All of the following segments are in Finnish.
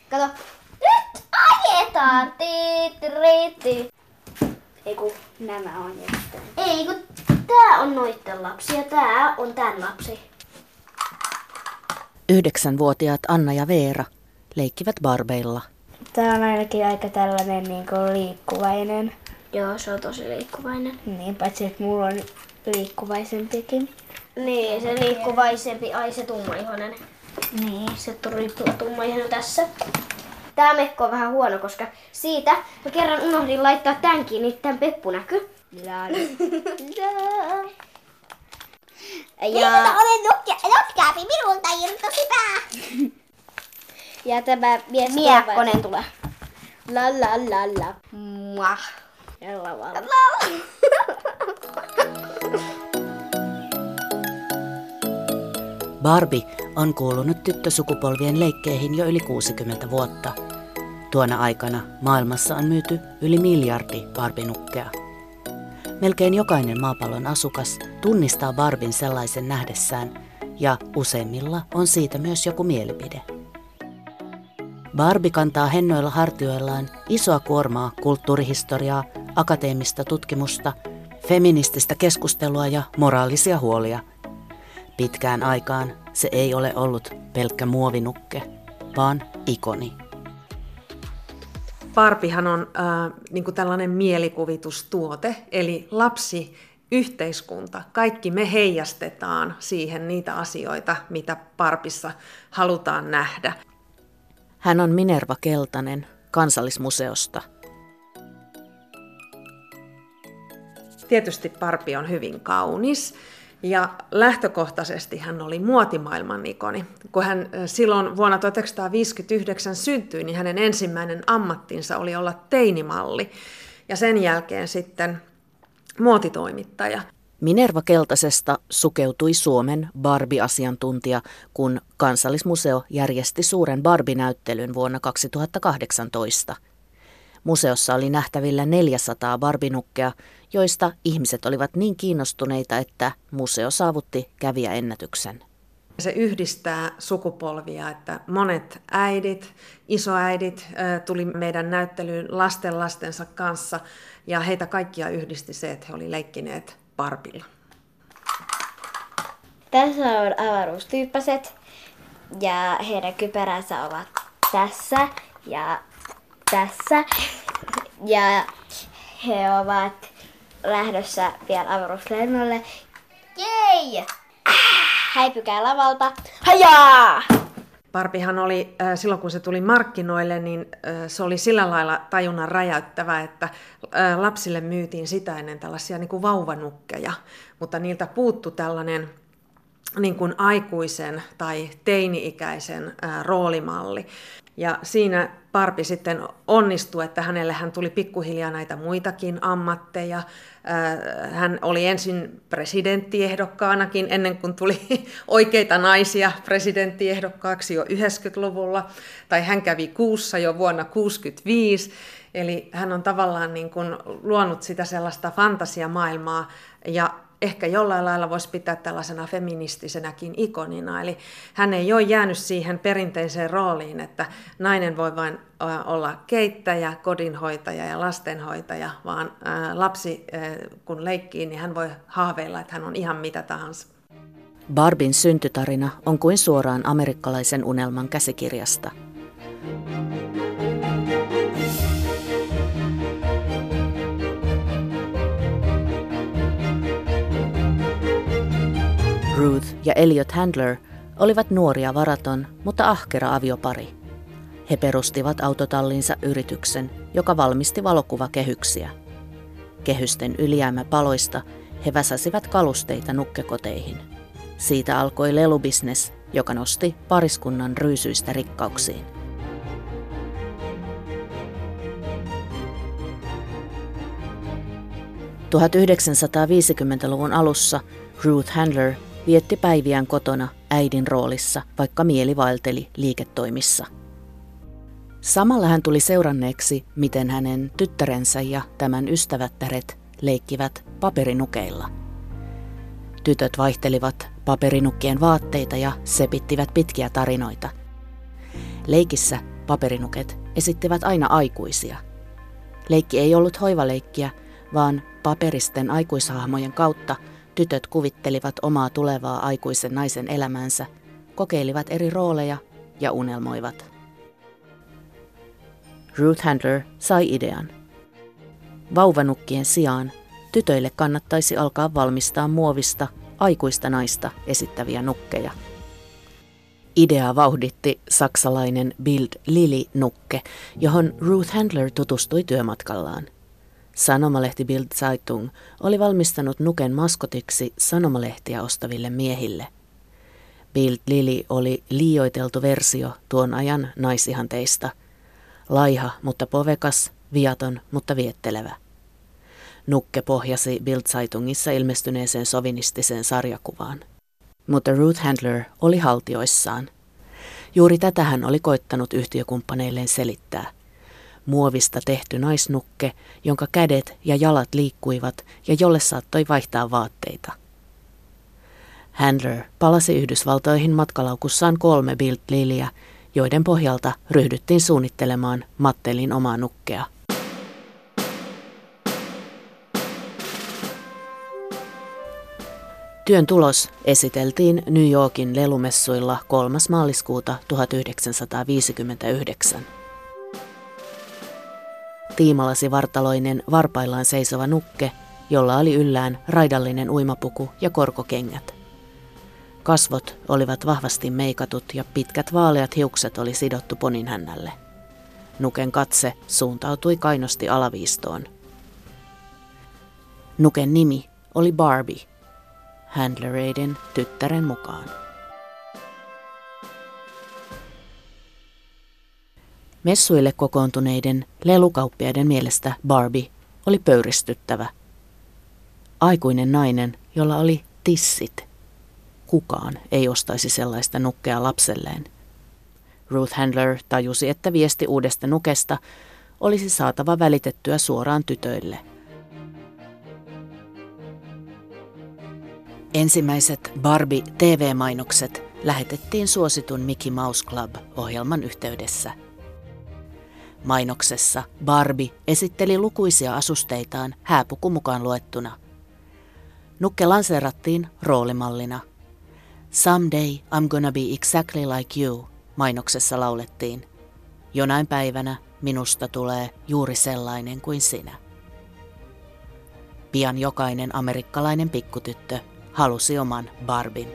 Kato. Nyt ajetaan. Tiitti. Ei kun nämä on jättänyt. Ei kun tää on noitten lapsi ja tää on tän lapsi. 9-vuotiaat Anna ja Veera leikkivät Barbeilla. Tää on ainakin aika tällainen niinku liikkuvainen. Joo, se on tosi liikkuvainen. Niin, paitsi että mulla on liikkuvaisempikin. Niin, se liikkuvaisempi, ai se tummaihoinen. Niin, se tummaihoinen tässä. Tää mekko on vähän huono, koska siitä mä kerran unohdin laittaa tämänkin, niin tän peppu näkyy. Ja olen notkaapi, minulta irtosi pää. Ja tämä miekkonen tulee. La. Muah. Ja lavalla. Barbie on kuulunut tyttösukupolvien leikkeihin jo yli 60 vuotta. Tuona aikana maailmassa on myyty yli miljardi Barbie-nukkea. Melkein jokainen maapallon asukas tunnistaa Barbien sellaisen nähdessään, ja useimmilla on siitä myös joku mielipide. Barbie kantaa hennoilla hartioillaan isoa kuormaa kulttuurihistoriaa, akateemista tutkimusta, feminististä keskustelua ja moraalisia huolia. Pitkään aikaan se ei ole ollut pelkkä muovinukke, vaan ikoni. Barbiehan on niin kuin tällainen mielikuvitustuote, eli lapsi, yhteiskunta, kaikki me heijastetaan siihen niitä asioita, mitä Barbiessa halutaan nähdä. Hän on Minerva Keltanen Kansallismuseosta. Tietysti Barbie on hyvin kaunis ja lähtökohtaisesti hän oli muotimaailman ikoni. Kun hän silloin vuonna 1959 syntyi, niin hänen ensimmäinen ammattinsa oli olla teinimalli ja sen jälkeen sitten muotitoimittaja. Minerva Keltasesta sukeutui Suomen Barbie-asiantuntija, kun Kansallismuseo järjesti suuren Barbie-näyttelyn vuonna 2018. Museossa oli nähtävillä 400 Barbie-nukkea, joista ihmiset olivat niin kiinnostuneita, että museo saavutti kävijäennätyksen. Se yhdistää sukupolvia, että monet äidit, isoäidit tuli meidän näyttelyyn lastensa kanssa ja heitä kaikkia yhdisti se, että he oli leikkineet Barbiella. Tässä on avaruustyyppäset ja heidän kypäränsä ovat tässä ja tässä. Ja he ovat lähdössä vielä avaruuslennolle. Jei! Häipykää lavalta. Hajaa! Barbiehan oli, silloin kun se tuli markkinoille, niin se oli sillä lailla tajunnan räjäyttävä, että lapsille myytiin sitä ennen tällaisia niin kuin vauvanukkeja, mutta niiltä puuttui tällainen niin kuin aikuisen tai teini-ikäisen roolimalli. Ja siinä Barbie sitten onnistui, että hän tuli pikkuhiljaa näitä muitakin ammatteja. Hän oli ensin presidenttiehdokkaanakin ennen kuin tuli oikeita naisia presidenttiehdokkaaksi jo 90-luvulla. Tai hän kävi kuussa jo vuonna 1965. Eli hän on tavallaan niin kuin luonut sitä sellaista fantasiamaailmaa ja ehkä jollain lailla voisi pitää tällaisena feministisenäkin ikonina. Eli hän ei ole jäänyt siihen perinteiseen rooliin, että nainen voi vain olla keittäjä, kodinhoitaja ja lastenhoitaja, vaan lapsi kun leikkii, niin hän voi haaveilla, että hän on ihan mitä tahansa. Barbien syntytarina on kuin suoraan amerikkalaisen unelman käsikirjasta. Ruth ja Elliot Handler olivat nuoria varaton, mutta ahkera aviopari. He perustivat autotallinsa yrityksen, joka valmisti valokuvakehyksiä. Kehysten ylijäämäpaloista he väsäsivät kalusteita nukkekoteihin. Siitä alkoi lelubisnes, joka nosti pariskunnan ryysyistä rikkauksiin. –1950-luvun alussa Ruth Handler vietti päiviään kotona äidin roolissa, vaikka mieli vaelteli liiketoimissa. Samalla hän tuli seuranneeksi, miten hänen tyttärensä ja tämän ystävättäret leikkivät paperinukeilla. Tytöt vaihtelivat paperinukkien vaatteita ja sepittivät pitkiä tarinoita. Leikissä paperinuket esittivät aina aikuisia. Leikki ei ollut hoivaleikkiä, vaan paperisten aikuishahmojen kautta tytöt kuvittelivat omaa tulevaa aikuisen naisen elämäänsä, kokeilivat eri rooleja ja unelmoivat. Ruth Handler sai idean. Vauvanukkien sijaan tytöille kannattaisi alkaa valmistaa muovista aikuista naista esittäviä nukkeja. Idea vauhditti saksalainen Bild Lili-nukke, johon Ruth Handler tutustui työmatkallaan. Sanomalehti Bild Zeitung oli valmistanut nuken maskotiksi sanomalehtiä ostaville miehille. Bild Lili oli liioiteltu versio tuon ajan naisihanteista. Laiha, mutta povekas, viaton, mutta viettelevä. Nukke pohjasi Bild Zeitungissa ilmestyneeseen sovinistiseen sarjakuvaan. Mutta Ruth Handler oli haltioissaan. Juuri tätä hän oli koittanut yhtiökumppaneilleen selittää. Muovista tehty naisnukke, jonka kädet ja jalat liikkuivat ja jolle saattoi vaihtaa vaatteita. Handler palasi Yhdysvaltoihin matkalaukussaan 3 Bild Liliä, joiden pohjalta ryhdyttiin suunnittelemaan Mattelin omaa nukkea. Työn tulos esiteltiin New Yorkin lelumessuilla 3. maaliskuuta 1959. Tiimalasi-vartaloinen varpaillaan seisova nukke, jolla oli yllään raidallinen uimapuku ja korkokengät. Kasvot olivat vahvasti meikatut ja pitkät vaaleat hiukset oli sidottu poninhännälle. Nuken katse suuntautui kainosti alaviistoon. Nuken nimi oli Barbie, Handlereiden tyttären mukaan. Messuille kokoontuneiden lelukauppiaiden mielestä Barbie oli pöyristyttävä. Aikuinen nainen, jolla oli tissit. Kukaan ei ostaisi sellaista nukkea lapselleen. Ruth Handler tajusi, että viesti uudesta nukesta olisi saatava välitettyä suoraan tytöille. Ensimmäiset Barbie-TV-mainokset lähetettiin suositun Mickey Mouse Club-ohjelman yhteydessä. Mainoksessa Barbie esitteli lukuisia asusteitaan hääpuku mukaan luettuna. Nukke lanseerattiin roolimallina. Someday I'm gonna be exactly like you, mainoksessa laulettiin. Jonain päivänä minusta tulee juuri sellainen kuin sinä. Pian jokainen amerikkalainen pikkutyttö halusi oman Barbin.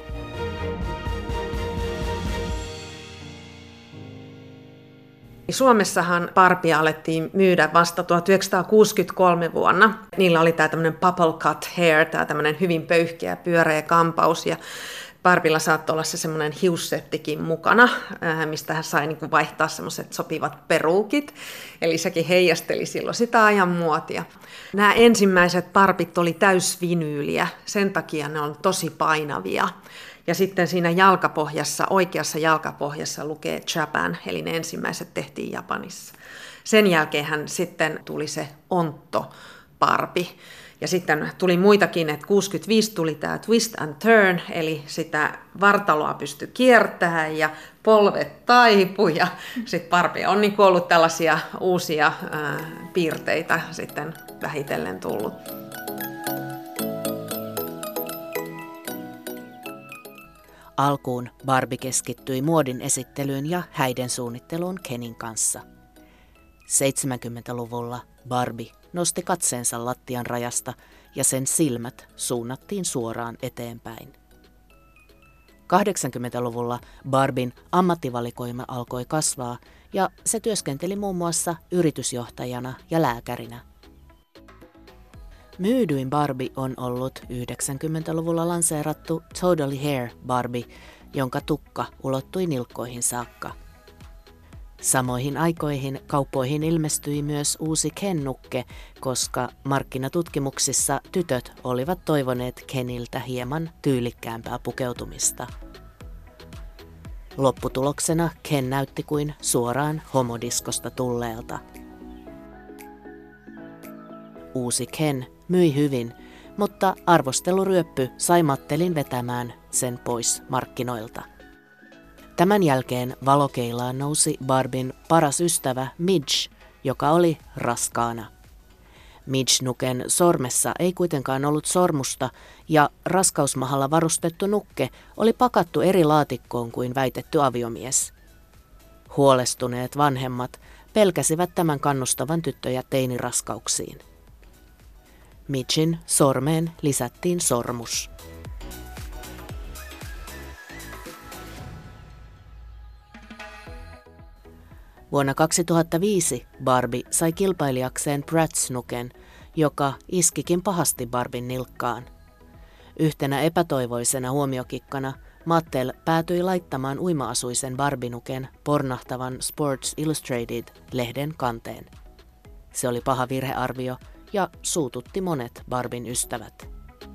Suomessahan Barbie alettiin myydä vasta 1963 vuonna. Niillä oli tämä tämmöinen bubble cut hair, tämä tämmöinen hyvin pöyhkeä pyöreä kampaus ja Barbilla saattoi olla se semmoinen hiussettikin mukana, mistä hän sai niin vaihtaa semmoiset sopivat peruukit. Eli sekin heijasteli silloin sitä ajan muotia. Nämä ensimmäiset Barbit oli täysvinyyliä, sen takia ne on tosi painavia. Ja sitten siinä jalkapohjassa, oikeassa jalkapohjassa lukee Japan, eli ne ensimmäiset tehtiin Japanissa. Sen jälkeen sitten tuli se Ontto Barbie. Ja sitten tuli muitakin, että 65 tuli tämä twist and turn, eli sitä vartaloa pystyi kiertämään ja polvet taipu. Ja sitten Barbie on niin ollut tällaisia uusia piirteitä sitten vähitellen tullut. Alkuun Barbie keskittyi muodin esittelyyn ja häiden suunnitteluun Kenin kanssa. 70-luvulla Barbie nosti katseensa lattian rajasta ja sen silmät suunnattiin suoraan eteenpäin. 80-luvulla Barbien ammattivalikoima alkoi kasvaa ja se työskenteli muun muassa yritysjohtajana ja lääkärinä. Myydyin Barbie on ollut 90-luvulla lanseerattu Totally Hair Barbie, jonka tukka ulottui nilkkoihin saakka. Samoihin aikoihin kauppoihin ilmestyi myös uusi Ken-nukke, koska markkinatutkimuksissa tytöt olivat toivoneet Keniltä hieman tyylikkäämpää pukeutumista. Lopputuloksena Ken näytti kuin suoraan homodiskosta tulleelta. Uusi Ken myi hyvin, mutta arvosteluryöppy sai Mattelin vetämään sen pois markkinoilta. Tämän jälkeen valokeilaan nousi Barbien paras ystävä Midge, joka oli raskaana. Midge-nuken sormessa ei kuitenkaan ollut sormusta ja raskausmahalla varustettu nukke oli pakattu eri laatikkoon kuin väitetty aviomies. Huolestuneet vanhemmat pelkäsivät tämän kannustavan tyttöjä teiniraskauksiin. Midgen sormeen lisättiin sormus. Vuonna 2005 Barbie sai kilpailijakseen Bratz-nuken, joka iskikin pahasti Barbien nilkkaan. Yhtenä epätoivoisena huomiokikkana Mattel päätyi laittamaan uima-asuisen Barbie-nuken pornahtavan Sports Illustrated-lehden kanteen. Se oli paha virhearvio ja suututti monet Barbien ystävät.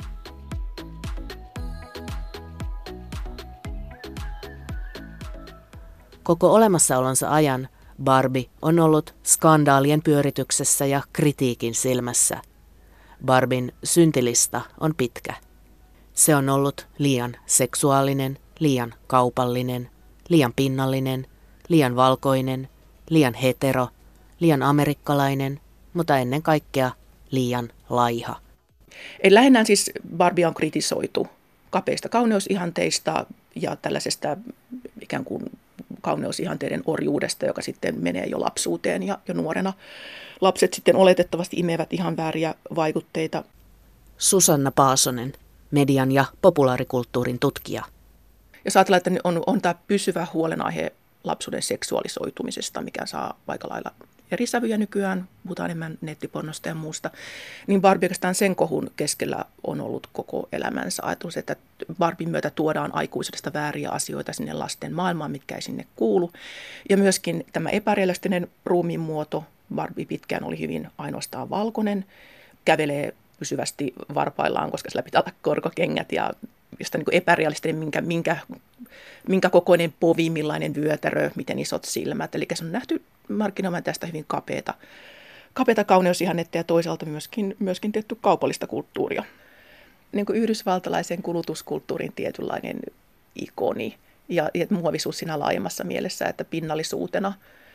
Koko olemassaolonsa ajan Barbie on ollut skandaalien pyörityksessä ja kritiikin silmässä. Barbien syntilista on pitkä. Se on ollut liian seksuaalinen, liian kaupallinen, liian pinnallinen, liian valkoinen, liian hetero, liian amerikkalainen, mutta ennen kaikkea liian laiha. Eli lähinnä siis Barbie on kritisoitu kapeista kauneusihanteista ja tällaisesta ikään kuin kauneusihanteiden orjuudesta, joka sitten menee jo lapsuuteen ja jo nuorena. Lapset sitten oletettavasti imevät ihan vääriä vaikutteita. Susanna Paasonen, median ja populaarikulttuurin tutkija. Jos ajatellaan, että on tämä pysyvä huolenaihe lapsuuden seksuaalisoitumisesta, mikä saa aika lailla eri sävyjä nykyään, puhutaan enemmän nettipornosta ja muusta, niin Barbie oikeastaan sen kohun keskellä on ollut koko elämänsä ajatus, että Barbien myötä tuodaan aikuisuudesta vääriä asioita sinne lasten maailmaan, mitkä ei sinne kuulu. Ja myöskin tämä epärealistinen ruumiin muoto, Barbie pitkään oli hyvin ainoastaan valkoinen, kävelee pysyvästi varpaillaan, koska sillä pitää olla korkokengät ja josta niin kuin epärealistinen, minkä kokoinen povi, millainen vyötärö, miten isot silmät. Eli se on nähty markkinoimaan tästä hyvin kapeata kauneusihannetta ja toisaalta myöskin tietty kaupallista kulttuuria. Niin kuin yhdysvaltalaisen kulutuskulttuurin tietynlainen ikoni ja muovisuus siinä laajemmassa mielessä, että pinnallisuutena,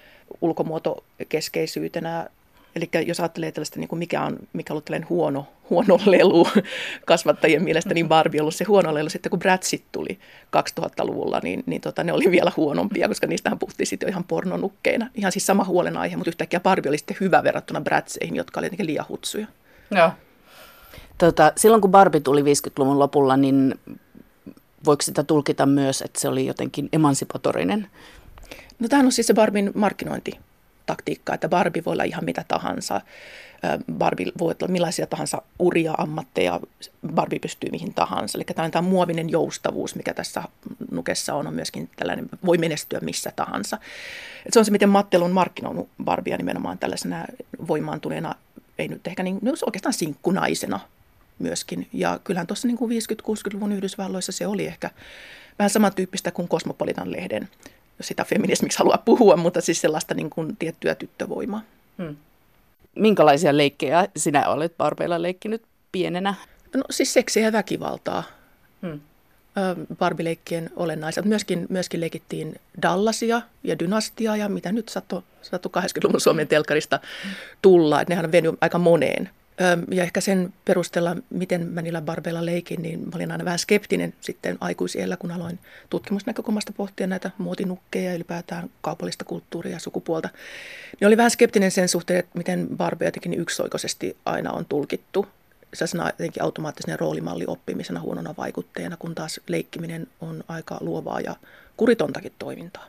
ulkomuotokeskeisyytenä. Eli jos ajattelee tällaista, niin kuin mikä on ollut tällainen huono lelu kasvattajien mielestä, niin Barbie on ollut se huono lelu. Sitten kun Bratzit tuli 2000-luvulla, niin ne oli vielä huonompia, koska niistähän puhuttiin sitten jo ihan pornonukkeina. Ihan siis sama huolenaihe, mutta yhtäkkiä Barbie oli sitten hyvä verrattuna Bratzeihin, jotka oli jotenkin liian hutsuja. Joo. Silloin kun Barbie tuli 50-luvun lopulla, niin voiko sitä tulkita myös, että se oli jotenkin emansipatorinen? No tämähän on siis se Barbien markkinointitaktiikka, että Barbie voi olla ihan mitä tahansa. Barbie voi olla millaisia tahansa uria, ammatteja, Barbie pystyy mihin tahansa. Eli tämä muovinen joustavuus, mikä tässä nukessa on myöskin tällainen, voi menestyä missä tahansa. Et se on se, miten Mattel on markkinoinut Barbia nimenomaan tällaisena voimaantuneena, ei nyt ehkä niin, oikeastaan sinkkunaisena myöskin. Ja kyllähän tuossa niin 50-60-luvun Yhdysvalloissa se oli ehkä vähän samantyyppistä kuin Cosmopolitan-lehden, jos sitä feminismiksi haluaa puhua, mutta siis sellaista niin kuin tiettyä tyttövoimaa. Minkälaisia leikkejä sinä olet Barbiella leikkinyt pienenä? No siis seksiä ja väkivaltaa. Barbie-leikkien olennaiset. Myöskin leikittiin Dallasia ja Dynastiaa ja mitä nyt sattui 80-luvun Suomen telkkarista tulla. Että nehän venyi aika moneen. Ja ehkä sen perusteella, miten mä niillä Barbeilla leikin, niin mä olin aina vähän skeptinen sitten aikuisiellä, kun aloin tutkimusnäkökulmasta pohtia näitä muotinukkeja ja ylipäätään kaupallista kulttuuria ja sukupuolta. Niin olin vähän skeptinen sen suhteen, että miten Barbie jotenkin yksioikoisesti aina on tulkittu. Sellaisena jotenkin automaattisena roolimalli oppimisena huonona vaikutteena, kun taas leikkiminen on aika luovaa ja kuritontakin toimintaa.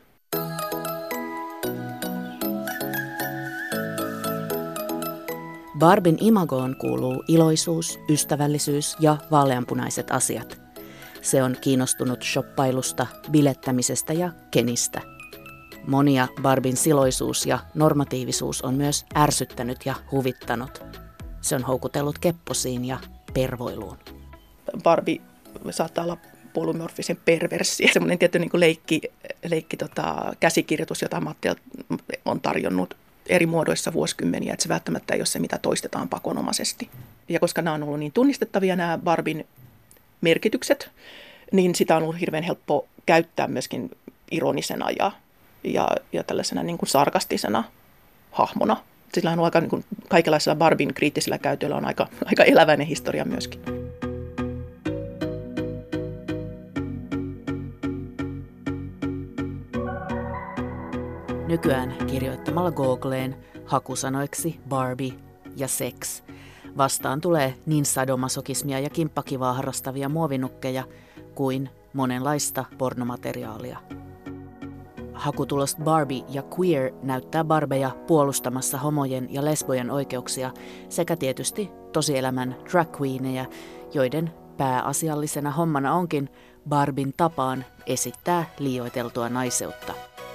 Barbien imagoon kuuluu iloisuus, ystävällisyys ja vaaleanpunaiset asiat. Se on kiinnostunut shoppailusta, bilettämisestä ja kenistä. Monia Barbien siloisuus ja normatiivisuus on myös ärsyttänyt ja huvittanut. Se on houkutellut kepposiin ja pervoiluun. Barbie saattaa olla polymorfisen perversi. Semmoinen tietty niin kuin leikki käsikirjoitus, jota Mattel on tarjonnut eri muodoissa vuosikymmeniä, että se välttämättä ei ole se, mitä toistetaan pakonomaisesti. Ja koska nämä on ollut niin tunnistettavia nämä Barbien merkitykset, niin sitä on ollut hirveän helppo käyttää myöskin ironisena ja tällaisena niin kuin sarkastisena hahmona. Sillä on aika niin kuin kaikenlaisilla Barbien kriittisillä käytöillä on aika eläväinen historia myöskin. Nykyään kirjoittamalla Googleen hakusanoiksi Barbie ja sex vastaan tulee niin sadomasokismia ja kimppakivaa harrastavia muovinukkeja kuin monenlaista pornomateriaalia. Hakutulos Barbie ja queer näyttää barbeja puolustamassa homojen ja lesbojen oikeuksia sekä tietysti tosielämän drag queeneja, joiden pääasiallisena hommana onkin Barbin tapaan esittää liioiteltua naiseutta.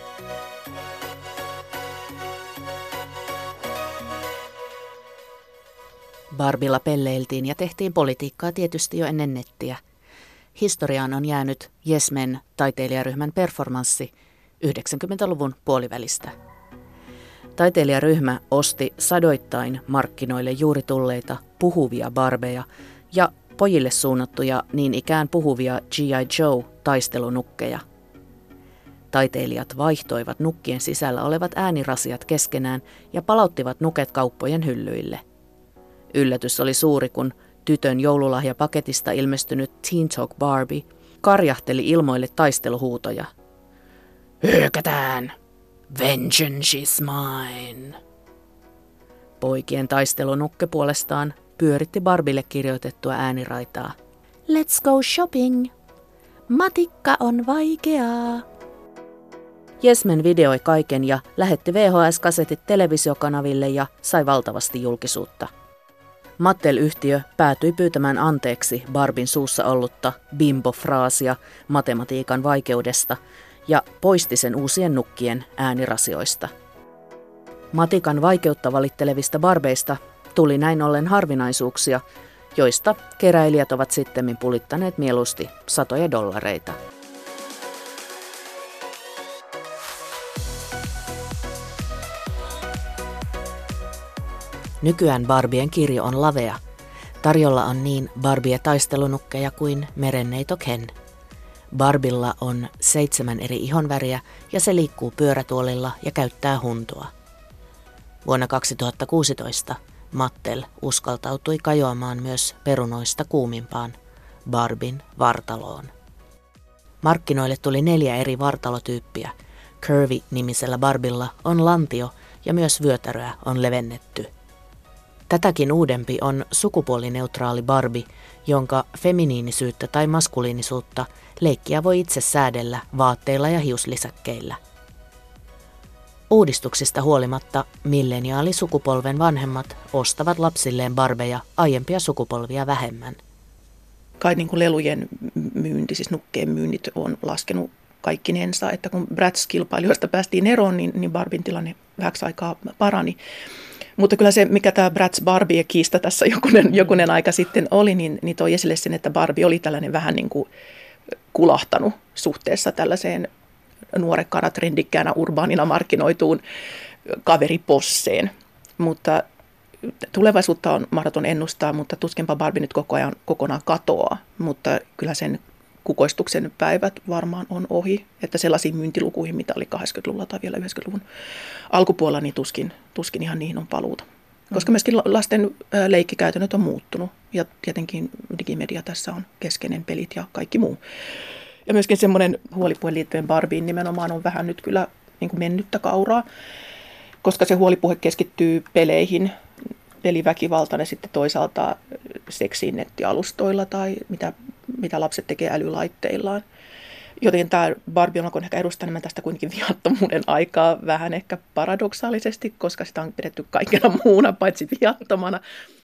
Barbilla pelleiltiin ja tehtiin politiikkaa tietysti jo ennen nettiä. Historiaan on jäänyt Yes Men -taiteilijaryhmän performanssi 90-luvun puolivälistä. Taiteilijaryhmä osti sadoittain markkinoille juuri tulleita puhuvia barbeja ja pojille suunnattuja niin ikään puhuvia G.I. Joe-taistelunukkeja. Taiteilijat vaihtoivat nukkien sisällä olevat äänirasiat keskenään ja palauttivat nuket kauppojen hyllyille. Yllätys oli suuri, kun tytön joululahjapaketista ilmestynyt Teen Talk Barbie karjahteli ilmoille taisteluhuutoja. Hyökätään! Vengeance is mine! Poikien taistelunukke puolestaan pyöritti Barbille kirjoitettua ääniraitaa. Let's go shopping! Matikka on vaikeaa! Yes Men videoi kaiken ja lähetti VHS-kasetit televisiokanaville ja sai valtavasti julkisuutta. Mattel-yhtiö päätyi pyytämään anteeksi Barbin suussa ollutta bimbo-fraasia matematiikan vaikeudesta ja poisti sen uusien nukkien äänirasioista. Matikan vaikeutta valittelevista barbeista tuli näin ollen harvinaisuuksia, joista keräilijät ovat sittemmin pulittaneet mieluusti satoja dollareita. Nykyään Barbien kirjo on lavea. Tarjolla on niin Barbie-taistelunukkeja kuin merenneito Ken. Barbilla on 7 eri ihonväriä ja se liikkuu pyörätuolilla ja käyttää huntua. Vuonna 2016 Mattel uskaltautui kajoamaan myös perunoista kuumimpaan, Barbin vartaloon. Markkinoille tuli 4 eri vartalotyyppiä. Curvy-nimisellä Barbilla on lantio ja myös vyötäröä on levennetty. Tätäkin uudempi on sukupuolineutraali Barbie, jonka feminiinisyyttä tai maskuliinisuutta leikkiä voi itse säädellä vaatteilla ja hiuslisäkkeillä. Uudistuksista huolimatta milleniaalisukupolven vanhemmat ostavat lapsilleen barbeja aiempia sukupolvia vähemmän. Kai niin kuin lelujen myynti, siis nukkeen myynnit on laskenut kaikkinensa, että kun Bratz-kilpailijoista päästiin eroon, niin Barbin tilanne vähäksi aikaa parani. Mutta kyllä se, mikä tämä Bratz-Barbie-kiista tässä jokunen aika sitten oli, niin toi esille sen, että Barbie oli tällainen vähän niin kuin kulahtanut suhteessa tällaiseen nuorekkana, trendikkäänä, urbaanina markkinoituun kaveriposseen. Mutta tulevaisuutta on mahdoton ennustaa, mutta tuskinpa Barbie nyt koko ajan kokonaan katoaa. Mutta kyllä sen kukoistuksen päivät varmaan on ohi, että sellaisiin myyntilukuihin, mitä oli 80-luvulla tai vielä 90-luvun alkupuolella, niin tuskin ihan niihin on paluuta. Koska myöskin lasten leikkikäytännöt on muuttunut ja tietenkin digimedia tässä on keskeinen, pelit ja kaikki muu. Ja myöskin semmoinen huolipuhe liittyen Barbiin nimenomaan on vähän nyt kyllä niin kuin mennyttä kauraa, koska se huolipuhe keskittyy peleihin, peliväkivaltaan ja sitten toisaalta seksiin nettialustoilla tai mitä lapset tekee älylaitteillaan. Joten tämä Barbie on ehkä edustanut tästä kuitenkin viattomuuden aikaa vähän ehkä paradoksaalisesti, koska sitä on pidetty kaikena muuna paitsi viattomana.